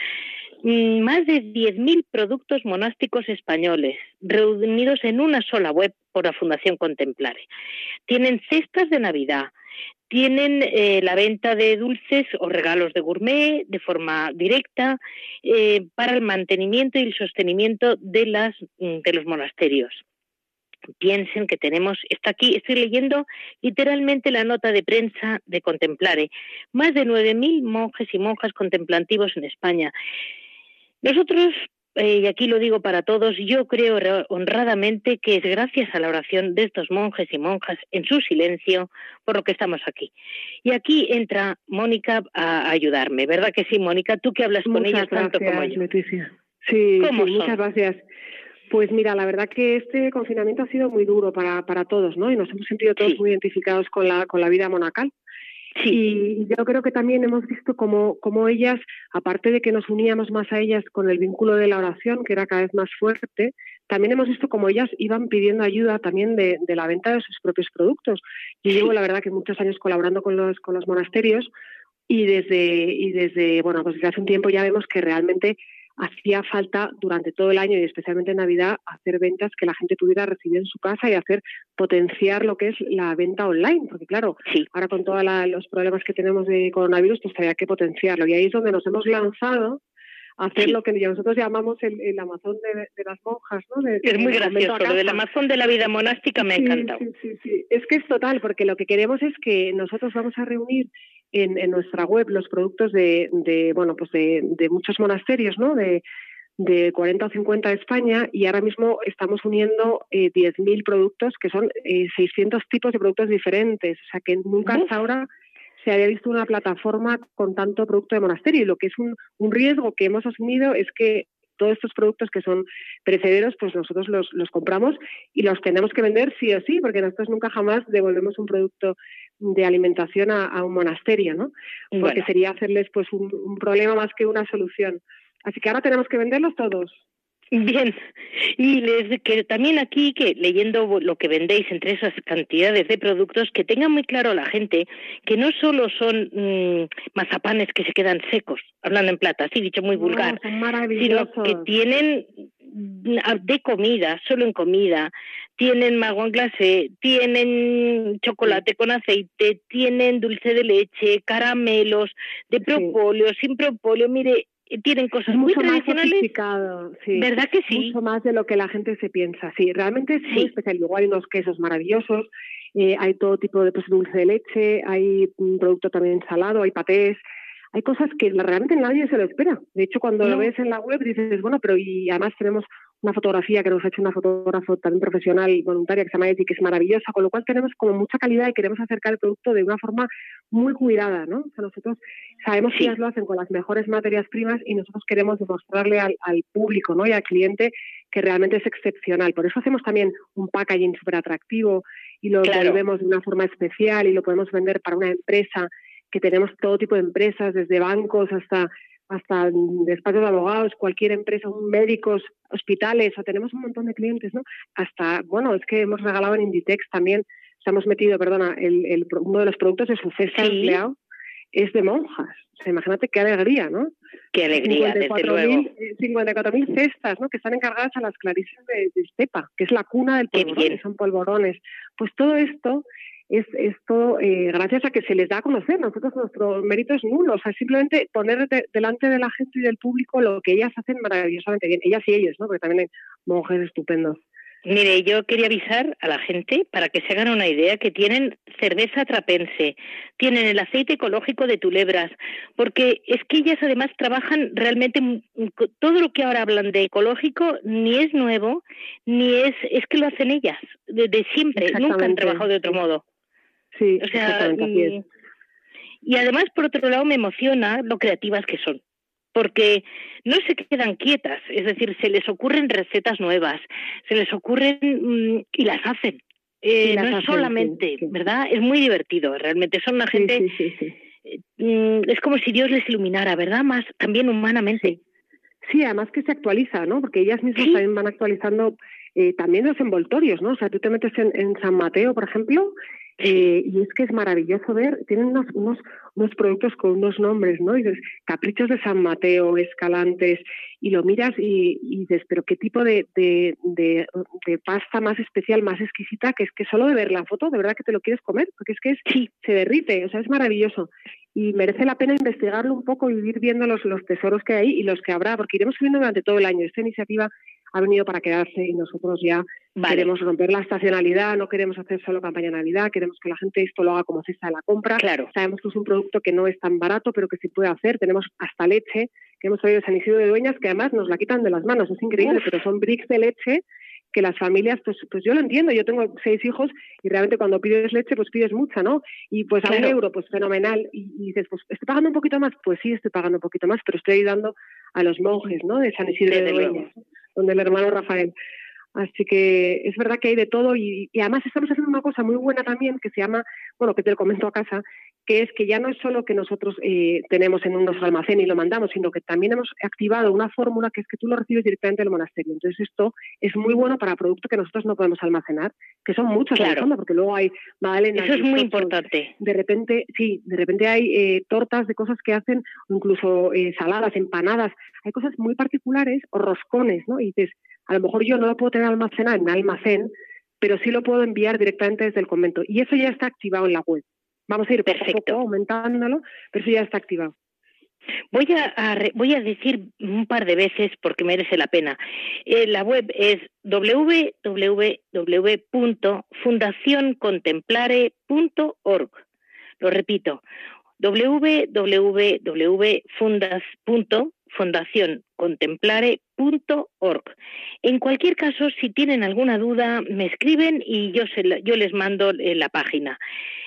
Speaker 2: Mm, más de diez mil productos monásticos españoles, reunidos en una sola web por la Fundación Contemplare. Tienen cestas de Navidad, tienen eh, la venta de dulces o regalos de gourmet de forma directa eh, para el mantenimiento y el sostenimiento de, las, de los monasterios. Piensen que tenemos, está aquí, estoy leyendo literalmente la nota de prensa de Contemplare, más de nueve mil monjes y monjas contemplativos en España. Nosotros, eh, y aquí lo digo para todos, yo creo honradamente que es gracias a la oración de estos monjes y monjas en su silencio por lo que estamos aquí. Y aquí entra Mónica a ayudarme, ¿verdad que sí, Mónica? Tú que hablas con ellas tanto como yo.
Speaker 5: Leticia. Sí,
Speaker 2: ¿Cómo
Speaker 5: sí,
Speaker 2: son?
Speaker 5: Muchas gracias. Pues mira, la verdad que este confinamiento ha sido muy duro para, para todos, ¿no? Y nos hemos sentido todos sí. muy identificados con la, con la vida monacal. Sí. Y yo creo que también hemos visto cómo, cómo ellas, aparte de que nos uníamos más a ellas con el vínculo de la oración, que era cada vez más fuerte, también hemos visto cómo ellas iban pidiendo ayuda también de, de la venta de sus propios productos. Yo llevo, la verdad, que muchos años colaborando con los, con los monasterios y desde, y desde, bueno, pues desde hace un tiempo ya vemos que realmente hacía falta durante todo el año y especialmente en Navidad hacer ventas que la gente pudiera recibir en su casa y hacer potenciar lo que es la venta online, porque claro, sí. ahora con todos los problemas que tenemos de coronavirus, pues había que potenciarlo y ahí es donde nos hemos lanzado a hacer sí. lo que nosotros llamamos el, el Amazon de, de las monjas, ¿no? De,
Speaker 2: es muy gracioso, lo del Amazon de la vida monástica me ha
Speaker 5: sí,
Speaker 2: encantado.
Speaker 5: Sí, sí, sí, es que es total, porque lo que queremos es que nosotros vamos a reunir En, en nuestra web los productos de, de bueno pues de, de muchos monasterios, ¿no? De, de cuarenta o cincuenta de España y ahora mismo estamos uniendo eh, diez mil productos que son eh, seiscientos tipos de productos diferentes, o sea que nunca hasta ahora se había visto una plataforma con tanto producto de monasterio y lo que es un, un riesgo que hemos asumido es que todos estos productos que son perecederos, pues nosotros los, los compramos y los tenemos que vender sí o sí, porque nosotros nunca jamás devolvemos un producto de alimentación a, a un monasterio, ¿no? Porque bueno. sería hacerles pues un, un problema más que una solución. Así que ahora tenemos que venderlos todos.
Speaker 2: Bien, y les que también aquí, que leyendo lo que vendéis entre esas cantidades de productos, que tenga muy claro la gente que no solo son mmm, mazapanes que se quedan secos, hablando en plata, así dicho muy vulgar,
Speaker 5: no, son maravillosos.
Speaker 2: Sino que tienen de comida, solo en comida, tienen marrón glacé, tienen chocolate sí. con aceite, tienen dulce de leche, caramelos, de propóleo, sí. sin propóleo, mire, tienen cosas
Speaker 5: es
Speaker 2: muy
Speaker 5: mucho
Speaker 2: tradicionales.
Speaker 5: Más sofisticado, sí.
Speaker 2: ¿Verdad que sí?
Speaker 5: Mucho más de lo que la gente se piensa, sí. Realmente es muy
Speaker 2: sí.
Speaker 5: especial. Luego hay unos quesos maravillosos, eh, hay todo tipo de pues, dulce de leche, hay un producto también salado, hay patés. Hay cosas que realmente nadie se lo espera. De hecho, cuando no. lo ves en la web dices, bueno, pero y además tenemos una fotografía que nos ha hecho una fotógrafa también profesional y voluntaria que se llama Eti, que es maravillosa, con lo cual tenemos como mucha calidad y queremos acercar el producto de una forma muy cuidada, ¿no? O sea, nosotros sabemos sí. que ellas lo hacen con las mejores materias primas y nosotros queremos demostrarle al, al público, ¿no? Y al cliente que realmente es excepcional. Por eso hacemos también un packaging súper atractivo y lo claro. volvemos de una forma especial y lo podemos vender para una empresa, que tenemos todo tipo de empresas, desde bancos hasta hasta despachos de abogados, cualquier empresa, médicos, hospitales, o tenemos un montón de clientes, ¿no? Hasta, bueno, es que hemos regalado en Inditex también, se hemos metido, perdona, el, el, uno de los productos de su cesta de empleado es de monjas. O sea, imagínate qué alegría, ¿no?
Speaker 2: Qué alegría, desde luego.
Speaker 5: cincuenta y cuatro mil cestas, ¿no? Que están encargadas a las clarisas de, de Estepa, que es la cuna del polvorón, que son polvorones. Pues todo esto es esto eh, gracias a que se les da a conocer. Nosotros nuestro mérito es nulo, o sea, simplemente poner de, delante de la gente y del público lo que ellas hacen maravillosamente bien, ellas y ellos, ¿no? Porque también hay monjes estupendos.
Speaker 2: Mire, yo quería avisar a la gente para que se hagan una idea que tienen cerveza trapense, tienen el aceite ecológico de Tulebras, porque es que ellas además trabajan realmente, todo lo que ahora hablan de ecológico ni es nuevo, ni es, es que lo hacen ellas, de, de siempre, nunca han trabajado de otro modo.
Speaker 5: Sí,
Speaker 2: o sea,
Speaker 5: exactamente, así es.
Speaker 2: Y además, por otro lado, me emociona lo creativas que son, porque no se quedan quietas, es decir, se les ocurren recetas nuevas, se les ocurren mmm, y las hacen. Eh, y las no hacen, es solamente, sí, sí. ¿verdad? Es muy divertido, realmente. Son una gente, sí, sí, sí, sí. Eh, es como si Dios les iluminara, ¿verdad? Más también humanamente.
Speaker 5: Sí, sí, además que se actualiza, ¿no? Porque ellas mismas ¿sí? también van actualizando eh, también los envoltorios, ¿no? O sea, tú te metes en, en San Mateo, por ejemplo, eh, y es que es maravilloso ver, tienen unos, unos, unos productos con unos nombres, ¿no? Y dices, Caprichos de San Mateo, Escalantes, y lo miras y, y dices, pero qué tipo de, de, de, de pasta más especial, más exquisita, que es que solo de ver la foto, de verdad que te lo quieres comer, porque es que es, sí, se derrite, o sea, es maravilloso. Y merece la pena investigarlo un poco y ir viendo los, los tesoros que hay y los que habrá, porque iremos subiendo durante todo el año. Esta iniciativa ha venido para quedarse y nosotros ya vale. queremos romper la estacionalidad, no queremos hacer solo campaña de Navidad, queremos que la gente esto lo haga como cesta de la compra.
Speaker 2: Claro.
Speaker 5: Sabemos que es un producto que no es tan barato, pero que se puede hacer. Tenemos hasta leche que hemos traído de San Isidro de Dueñas, que además nos la quitan de las manos, es increíble, Uf. pero son bricks de leche que las familias, pues pues yo lo entiendo, yo tengo seis hijos y realmente cuando pides leche, pues pides mucha, ¿no? Y pues a claro. un euro, pues fenomenal, y, y dices, pues ¿estoy pagando un poquito más? Pues sí, estoy pagando un poquito más, pero estoy ayudando a los monjes, ¿no? De San Isidro de Dueñas, donde el hermano Rafael. Así que es verdad que hay de todo y, y además estamos haciendo una cosa muy buena también que se llama, bueno, que te lo comento a casa, que es que ya no es solo que nosotros eh, tenemos en unos almacén y lo mandamos, sino que también hemos activado una fórmula que es que tú lo recibes directamente del monasterio. Entonces esto es muy bueno para productos que nosotros no podemos almacenar, que son muchos
Speaker 2: claro.
Speaker 5: en el fondo, porque luego hay magdalenas.
Speaker 2: Eso es muy importante.
Speaker 5: De repente, sí, de repente hay eh, tortas de cosas que hacen, o incluso eh, saladas, empanadas, hay cosas muy particulares, o roscones, ¿no? Y dices, a lo mejor yo no lo puedo tener almacenado en un almacén, pero sí lo puedo enviar directamente desde el convento. Y eso ya está activado en la web. Vamos a ir poco a poco aumentándolo, pero eso ya está activado.
Speaker 2: Voy a, a voy a decir un par de veces porque merece la pena. Eh, la web es doble u doble u doble u punto fundación contemplare punto org. Lo repito, doble u doble u doble u punto fundación contemplare punto org. En cualquier caso, si tienen alguna duda, me escriben y yo, se la, yo les mando eh, la página.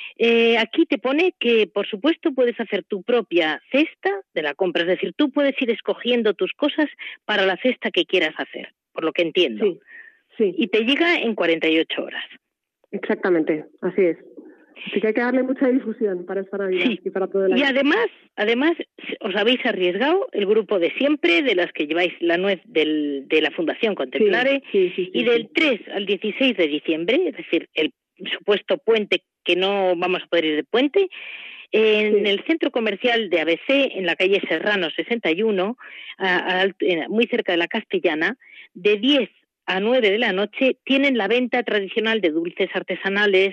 Speaker 2: Eh, aquí te pone que, por supuesto, puedes hacer tu propia cesta de la compra, es decir, tú puedes ir escogiendo tus cosas para la cesta que quieras hacer, por lo que entiendo.
Speaker 5: Sí, sí.
Speaker 2: Y te llega en cuarenta y ocho horas.
Speaker 5: Exactamente, así es. Así que hay que darle mucha difusión para esta Navidad sí. y para todo el año.
Speaker 2: Y además, además, os habéis arriesgado, el grupo de siempre, de las que lleváis la nuez del, de la Fundación Contemplare,
Speaker 5: sí, sí, sí,
Speaker 2: y
Speaker 5: sí,
Speaker 2: del
Speaker 5: sí.
Speaker 2: tres al dieciséis de diciembre, es decir, el supuesto puente que no vamos a poder ir de puente, en sí. el centro comercial de A B C, en la calle Serrano sesenta y uno, a, a, muy cerca de la Castellana, de diez a nueve de la noche, tienen la venta tradicional de dulces artesanales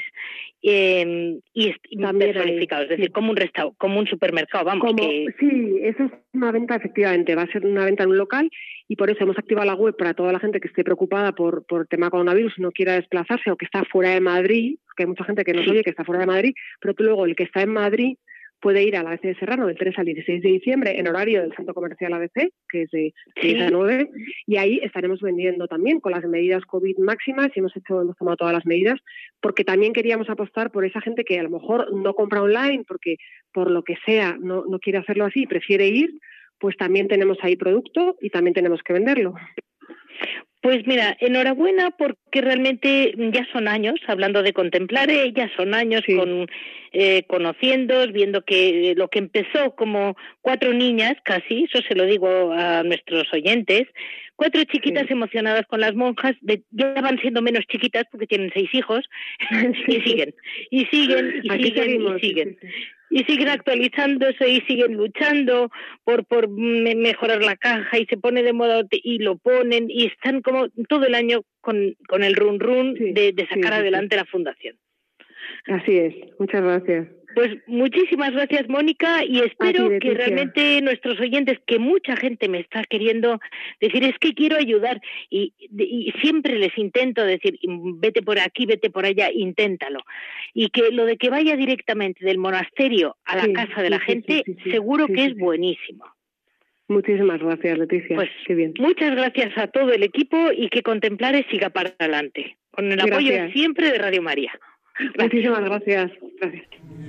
Speaker 2: eh, y, y personificados, es decir, sí. como un restaurante, como un supermercado, vamos.
Speaker 5: Como,
Speaker 2: que...
Speaker 5: Sí, eso es una venta, efectivamente, va a ser una venta en un local y por eso hemos activado la web para toda la gente que esté preocupada por, por el tema coronavirus y no quiera desplazarse o que está fuera de Madrid, porque hay mucha gente que nos sí. oye que está fuera de Madrid, pero tú luego el que está en Madrid puede ir a la A B C de Serrano del tres al dieciséis de diciembre en horario del Centro Comercial A B C, que es de seis a nueve, y ahí estaremos vendiendo también con las medidas COVID máximas y hemos hecho, hemos tomado todas las medidas, porque también queríamos apostar por esa gente que a lo mejor no compra online porque por lo que sea no, no quiere hacerlo así, prefiere ir, pues también tenemos ahí producto y también tenemos que venderlo.
Speaker 2: Pues mira, enhorabuena porque realmente ya son años, hablando de Contemplare, ya son años sí. con eh, conociendo, viendo que lo que empezó como cuatro niñas casi, eso se lo digo a nuestros oyentes, cuatro chiquitas sí. emocionadas con las monjas, de, ya van siendo menos chiquitas porque tienen seis hijos, sí. y siguen, y siguen, y
Speaker 5: Aquí
Speaker 2: siguen,
Speaker 5: seguimos,
Speaker 2: y siguen.
Speaker 5: Sí, sí.
Speaker 2: Y siguen actualizándose y siguen luchando por por me mejorar la caja y se pone de moda y lo ponen y están como todo el año con, con el run run sí, de, de sacar sí, sí, adelante sí. la fundación.
Speaker 5: Así es, muchas gracias.
Speaker 2: Pues muchísimas gracias, Mónica, y espero ti, que realmente nuestros oyentes, que mucha gente me está queriendo decir, es que quiero ayudar, y, y siempre les intento decir, vete por aquí, vete por allá, inténtalo. Y que lo de que vaya directamente del monasterio a la sí, casa de la sí, gente, sí, sí, sí, seguro sí, que sí, es sí. buenísimo.
Speaker 5: Muchísimas gracias, Leticia.
Speaker 2: Pues
Speaker 5: qué bien.
Speaker 2: Muchas gracias a todo el equipo y que Contemplare siga para adelante, con el
Speaker 5: gracias.
Speaker 2: apoyo siempre de Radio María.
Speaker 5: Muchísimas gracias. Gracias.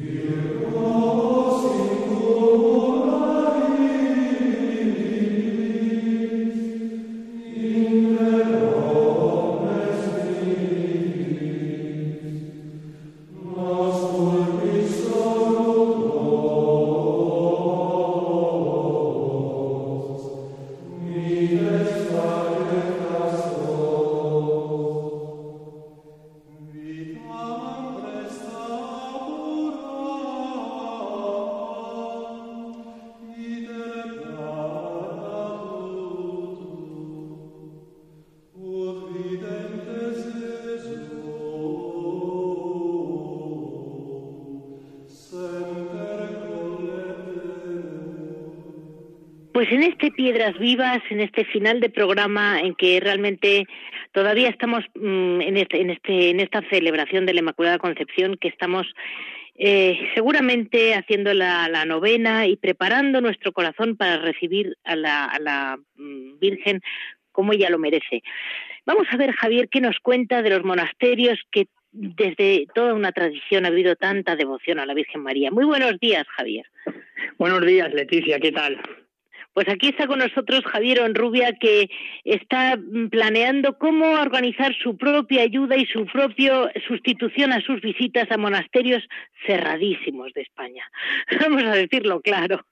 Speaker 2: Pues en este Piedras Vivas, en este final de programa en que realmente todavía estamos mmm, en, este, en, este, en esta celebración de la Inmaculada Concepción, que estamos eh, seguramente haciendo la, la novena y preparando nuestro corazón para recibir a la, a la mmm, Virgen como ella lo merece. Vamos a ver, Javier, qué nos cuenta de los monasterios que desde toda una tradición ha habido tanta devoción a la Virgen María. Muy buenos días, Javier.
Speaker 6: Buenos días, Leticia, ¿qué tal?
Speaker 2: Pues aquí está con nosotros Javier Onrubia, que está planeando cómo organizar su propia ayuda y su propia sustitución a sus visitas a monasterios cerradísimos de España. Vamos a decirlo claro.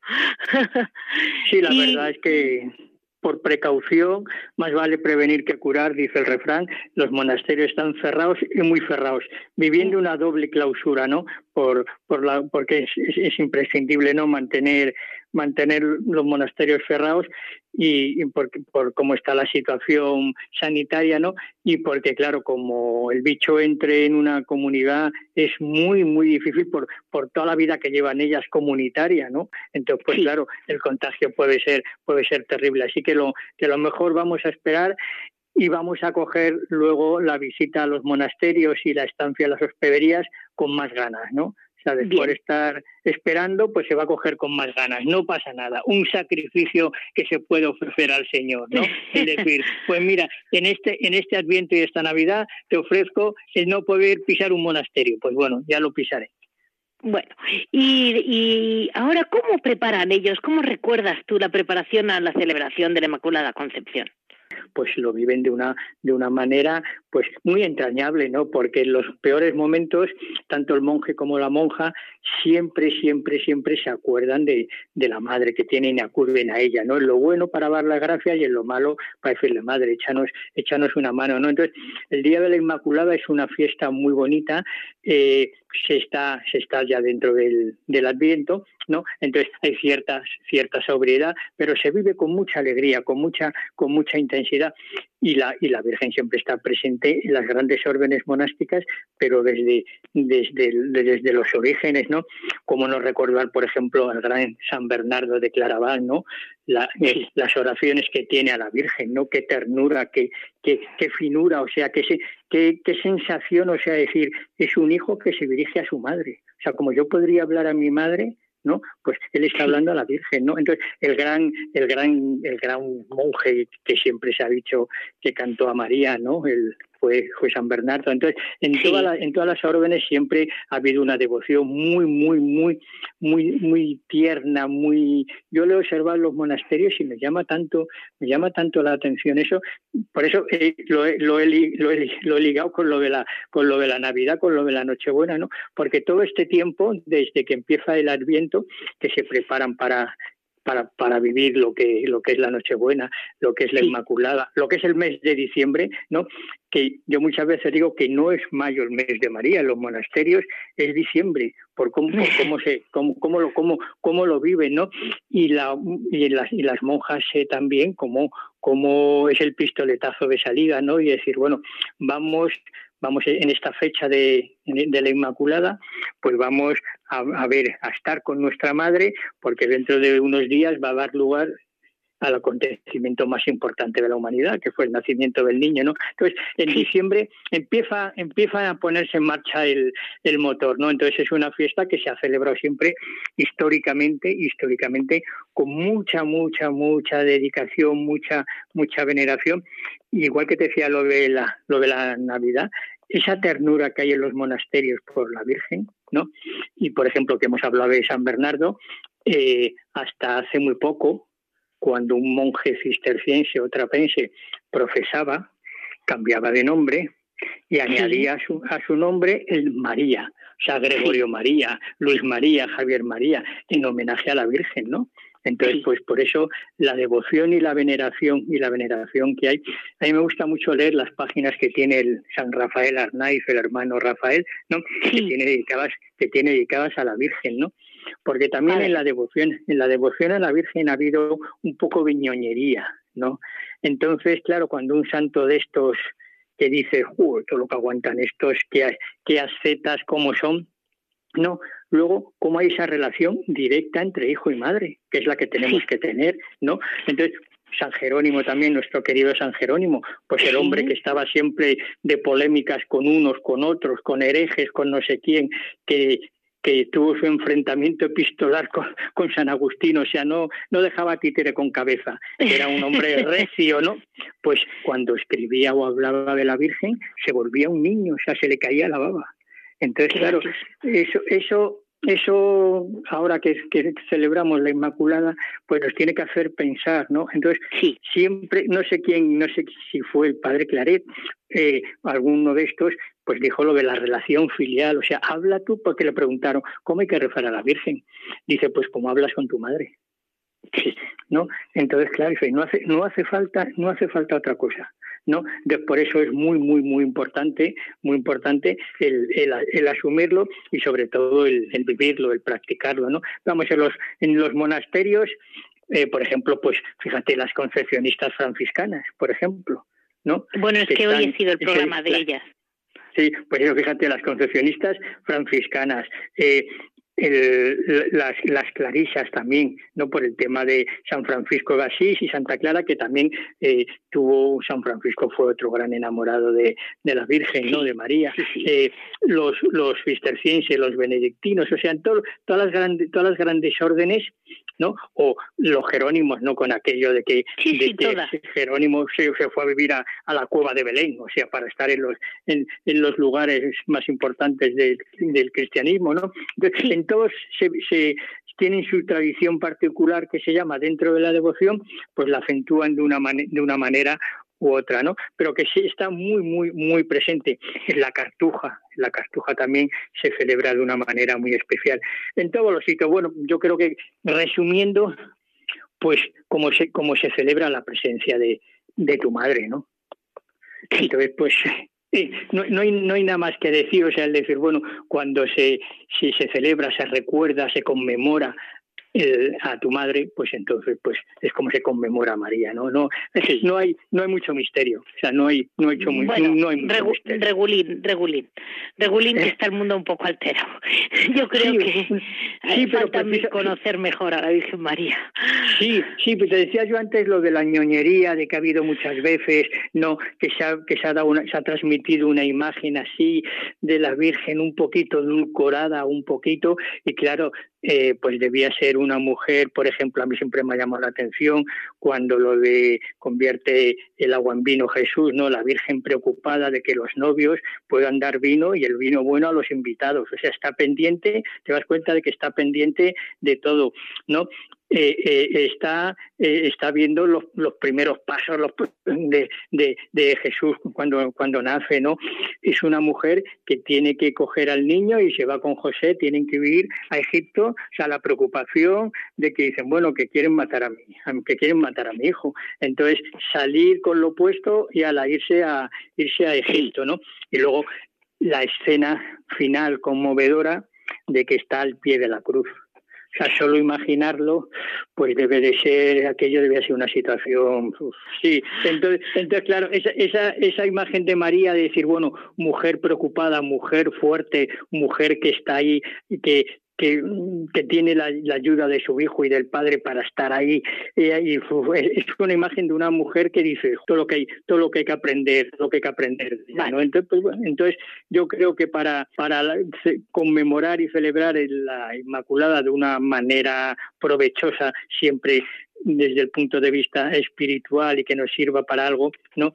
Speaker 6: Sí, la
Speaker 2: y...
Speaker 6: verdad es que por precaución, más vale prevenir que curar, dice el refrán. Los monasterios están cerrados y muy cerrados, viviendo una doble clausura, ¿no? Por, por la, porque es, es, es imprescindible, ¿no? Mantener mantener los monasterios cerrados y, y por, por cómo está la situación sanitaria, ¿no? Y porque, claro, como el bicho entre en una comunidad es muy, muy difícil por, por toda la vida que llevan ellas comunitaria, ¿no? Entonces, pues sí, claro, el contagio puede ser, puede ser terrible. Así que lo, que lo mejor vamos a esperar y vamos a coger luego la visita a los monasterios y la estancia a las hospederías con más ganas, ¿no? ¿Sabes? Por estar esperando, pues se va a coger con más ganas. No pasa nada. Un sacrificio que se puede ofrecer al Señor, ¿no? Es decir, pues mira, en este en este Adviento y esta Navidad te ofrezco el no poder pisar un monasterio. Pues bueno, ya lo pisaré.
Speaker 2: Bueno, y, y ahora, ¿cómo preparan ellos? ¿Cómo recuerdas tú la preparación a la celebración de la Inmaculada Concepción?
Speaker 6: Pues lo viven de una de una manera pues muy entrañable, ¿no? Porque en los peores momentos, tanto el monje como la monja siempre, siempre, siempre se acuerdan de, de la madre que tienen y acuden a ella, ¿no? En lo bueno para dar las gracias y en lo malo para decirle, madre, échanos, échanos una mano, ¿no? Entonces, el Día de la Inmaculada es una fiesta muy bonita, eh, se está, se está ya dentro del, del Adviento, ¿no? Entonces hay cierta, cierta sobriedad, pero se vive con mucha alegría, con mucha, con mucha intensidad, y la, y la Virgen siempre está presente en las grandes órdenes monásticas, pero desde, desde, desde los orígenes, ¿no? Como no recordar, por ejemplo, al gran San Bernardo de Claraval, ¿no? La, eh, las oraciones que tiene a la Virgen, ¿no? Qué ternura, qué, qué, qué finura, o sea, qué, qué, qué sensación, o sea, decir, es un hijo que se dirige a su madre. O sea, como yo podría hablar a mi madre, ¿no? Pues él está hablando a la Virgen, ¿no? Entonces, el gran, el gran, el gran monje que siempre se ha dicho que cantó a María, ¿no? El fue, fue San Bernardo. Entonces, en sí. toda la, en todas las órdenes siempre ha habido una devoción muy, muy, muy, muy, muy tierna, muy. Yo lo he observado en los monasterios y me llama tanto, me llama tanto la atención eso. Por eso eh, lo, he, lo, he, lo, he, lo he ligado con lo de la, con lo de la Navidad, con lo de la Nochebuena, ¿no? Porque todo este tiempo, desde que empieza el Adviento, que se preparan para para para vivir lo que lo que es la Nochebuena, lo que es la sí. Inmaculada, lo que es el mes de diciembre, ¿no? Que yo muchas veces digo que no es mayo el mes de María, en los monasterios es diciembre, por cómo, por cómo se cómo, cómo lo cómo cómo lo viven, ¿no? Y la y las y las monjas sé también cómo cómo es el pistoletazo de salida, ¿no? Y decir, bueno, vamos vamos en esta fecha de, de la Inmaculada, pues vamos a, a ver, a estar con nuestra madre, porque dentro de unos días va a dar lugar al acontecimiento más importante de la humanidad, que fue el nacimiento del niño, ¿no? Entonces, en diciembre empieza, empieza a ponerse en marcha el, el motor, ¿no? Entonces es una fiesta que se ha celebrado siempre históricamente, históricamente, con mucha, mucha, mucha dedicación, mucha, mucha veneración. Igual que te decía lo de la, lo de la Navidad, esa ternura que hay en los monasterios por la Virgen, ¿no? Y, por ejemplo, que hemos hablado de San Bernardo, eh, hasta hace muy poco, cuando un monje cisterciense o trapense profesaba, cambiaba de nombre y añadía a su, a su nombre el María, o sea, Gregorio María, Luis María, Javier María, en homenaje a la Virgen, ¿no? Entonces, pues por eso la devoción y la veneración y la veneración que hay. A mí me gusta mucho leer las páginas que tiene el San Rafael Arnaiz, el hermano Rafael, ¿no? Sí. Que tiene dedicadas, que tiene dedicadas a la Virgen, ¿no? Porque también vale. en la devoción, en la devoción a la Virgen ha habido un poco de ñoñería, ¿no? Entonces, claro, cuando un santo de estos que dice, uh, todo lo que aguantan estos, qué, qué ascetas, cómo son, no, luego, cómo hay esa relación directa entre hijo y madre, que es la que tenemos sí. que tener, ¿no? Entonces, San Jerónimo también, nuestro querido San Jerónimo, pues el hombre que estaba siempre de polémicas con unos, con otros, con herejes, con no sé quién, que, que tuvo su enfrentamiento epistolar con, con San Agustín, o sea, no, no dejaba títere con cabeza, era un hombre recio, ¿no? Pues cuando escribía o hablaba de la Virgen, se volvía un niño, o sea, se le caía la baba. Entonces, claro, eso, eso, eso ahora que, que celebramos la Inmaculada, pues nos tiene que hacer pensar, ¿no? Entonces, sí. siempre, no sé quién, no sé si fue el padre Claret, eh, alguno de estos, pues dijo lo de la relación filial, o sea, habla tú, porque le preguntaron, ¿cómo hay que rezar a la Virgen? Dice, pues como hablas con tu madre, sí. ¿no? Entonces, claro, no hace, no hace falta, no hace falta otra cosa. ¿No? De, por eso es muy, muy, muy importante, muy importante el, el, el asumirlo y sobre todo el, el vivirlo, el practicarlo, ¿no? Vamos, en los, en los monasterios, eh, por ejemplo, pues fíjate, las concepcionistas franciscanas, por ejemplo, ¿no?
Speaker 2: Bueno, es que, que están, hoy ha sido el programa
Speaker 6: es,
Speaker 2: de ellas.
Speaker 6: Sí, pues eso, fíjate, las concepcionistas franciscanas, eh, El, las, las clarisas también, no por el tema de San Francisco de Asís y Santa Clara, que también eh, tuvo, San Francisco fue otro gran enamorado de, de la Virgen, sí, ¿no? De María, sí, sí. Eh, los, los cistercienses, los benedictinos, o sea, en todo, todas, las grandes, todas las grandes órdenes, ¿no? O los jerónimos, ¿no? Con aquello de que,
Speaker 2: sí,
Speaker 6: de
Speaker 2: sí,
Speaker 6: que Jerónimo se, se fue a vivir a, a la cueva de Belén, o sea, para estar en los, en, en los lugares más importantes de, del cristianismo, ¿no? Entonces, sí. en todos se, se tienen su tradición particular que se llama dentro de la devoción, pues la acentúan de una, man- de una manera u otra, ¿no? Pero que sí está muy, muy, muy presente en la Cartuja. La Cartuja también se celebra de una manera muy especial. En todos los sitios, bueno, yo creo que resumiendo, pues como se, como se celebra la presencia de, de tu madre, ¿no? Entonces, pues sí, no, no, hay, no hay nada más que decir, o sea, el decir, bueno, cuando se, si se celebra, se recuerda, se conmemora el, a tu madre, pues entonces pues es como se conmemora a María, ¿no? No, es, no hay no hay mucho misterio, o sea, no hay no hay, hecho muy,
Speaker 2: bueno,
Speaker 6: no hay mucho
Speaker 2: regu,
Speaker 6: misterio.
Speaker 2: Regulín, regulín, regulín, que está el mundo un poco alterado. Yo creo sí, que sí, falta precisa, conocer mejor a la Virgen María.
Speaker 6: Sí, sí, pero te decía yo antes lo de la ñoñería, de que ha habido muchas veces, no, que se ha que se ha dado una, se ha transmitido una imagen así de la Virgen un poquito edulcorada, un poquito, y claro, eh, pues debía ser una mujer, por ejemplo, a mí siempre me ha llamado la atención cuando lo de convierte el agua en vino Jesús, ¿no? La Virgen preocupada de que los novios puedan dar vino y el vino bueno a los invitados, o sea, está pendiente, te das cuenta de que está pendiente de todo, ¿no? Eh, eh, está eh, está viendo los, los primeros pasos los, de, de, de Jesús cuando, cuando nace, ¿no? Es una mujer que tiene que coger al niño y se va con José, tienen que ir a Egipto, o sea, la preocupación de que dicen, bueno, que quieren matar a mí, que quieren matar a mi hijo. Entonces, salir con lo opuesto y a la irse a irse a Egipto, ¿no? Y luego la escena final conmovedora de que está al pie de la cruz. O sea, solo imaginarlo, pues debe de ser, aquello debe ser una situación, uf, sí. Entonces, entonces claro, esa, esa, esa imagen de María de decir, bueno, mujer preocupada, mujer fuerte, mujer que está ahí, que que, que tiene la, la ayuda de su hijo y del padre para estar ahí, eh, y uf, es una imagen de una mujer que dice todo lo que hay, todo lo que hay que aprender, todo lo que hay que aprender, vale. ¿no? Entonces, pues, bueno, entonces yo creo que para para la, conmemorar y celebrar la Inmaculada de una manera provechosa, siempre desde el punto de vista espiritual y que nos sirva para algo, ¿no?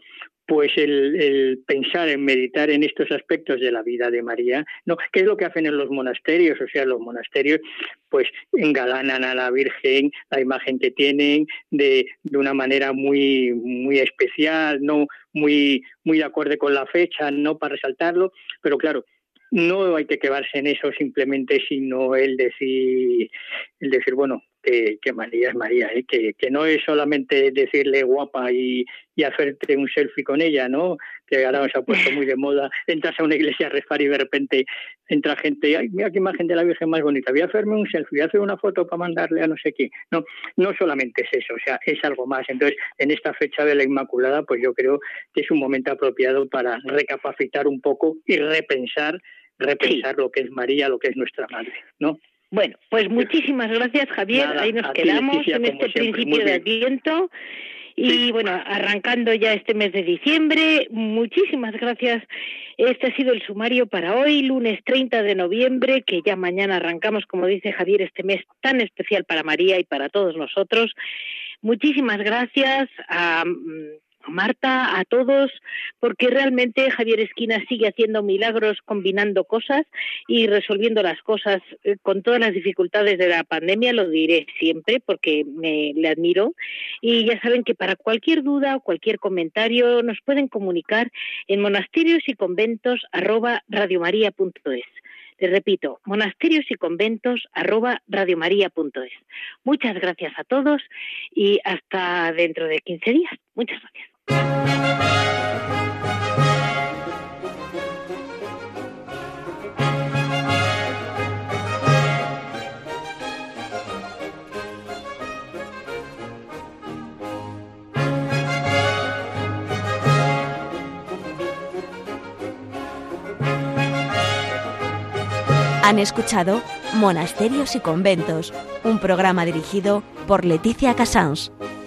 Speaker 6: pues el, el pensar en meditar en estos aspectos de la vida de María, ¿no? ¿Qué es lo que hacen en los monasterios? O sea, los monasterios pues engalanan a la Virgen, la imagen que tienen, de, de una manera muy, muy especial, no muy, muy de acorde con la fecha, no para resaltarlo, pero claro, no hay que quedarse en eso simplemente, sino el decir, el decir bueno, que, que María es María, ¿eh? que, que no es solamente decirle guapa y, y hacerte un selfie con ella, ¿no? Que ahora se ha puesto muy de moda, entras a una iglesia a rezar y de repente entra gente, ay, mira qué imagen de la Virgen más bonita, voy a hacerme un selfie, voy a hacer una foto para mandarle a no sé qué. No, no solamente es eso, o sea, es algo más. Entonces, en esta fecha de la Inmaculada, pues yo creo que es un momento apropiado para recapacitar un poco y repensar, repensar sí. lo que es María, lo que es nuestra Madre, ¿no?
Speaker 2: Bueno, pues muchísimas gracias, Javier. Nada, ahí nos quedamos Leticia, en este siempre, principio de Adviento. Y sí. bueno, arrancando ya este mes de diciembre, muchísimas gracias. Este ha sido el sumario para hoy, lunes treinta de noviembre, que ya mañana arrancamos, como dice Javier, este mes tan especial para María y para todos nosotros. Muchísimas gracias a Marta, a todos, porque realmente Javier Esquina sigue haciendo milagros, combinando cosas y resolviendo las cosas eh, con todas las dificultades de la pandemia, lo diré siempre porque me le admiro. Y ya saben que para cualquier duda o cualquier comentario nos pueden comunicar en monasterios y conventos arroba radiomaria punto es. Les repito, monasterios y conventos arroba radiomaria punto es. Muchas gracias a todos y hasta dentro de quince días. Muchas gracias.
Speaker 1: Han escuchado Monasterios y Conventos, un programa dirigido por Leticia Casans.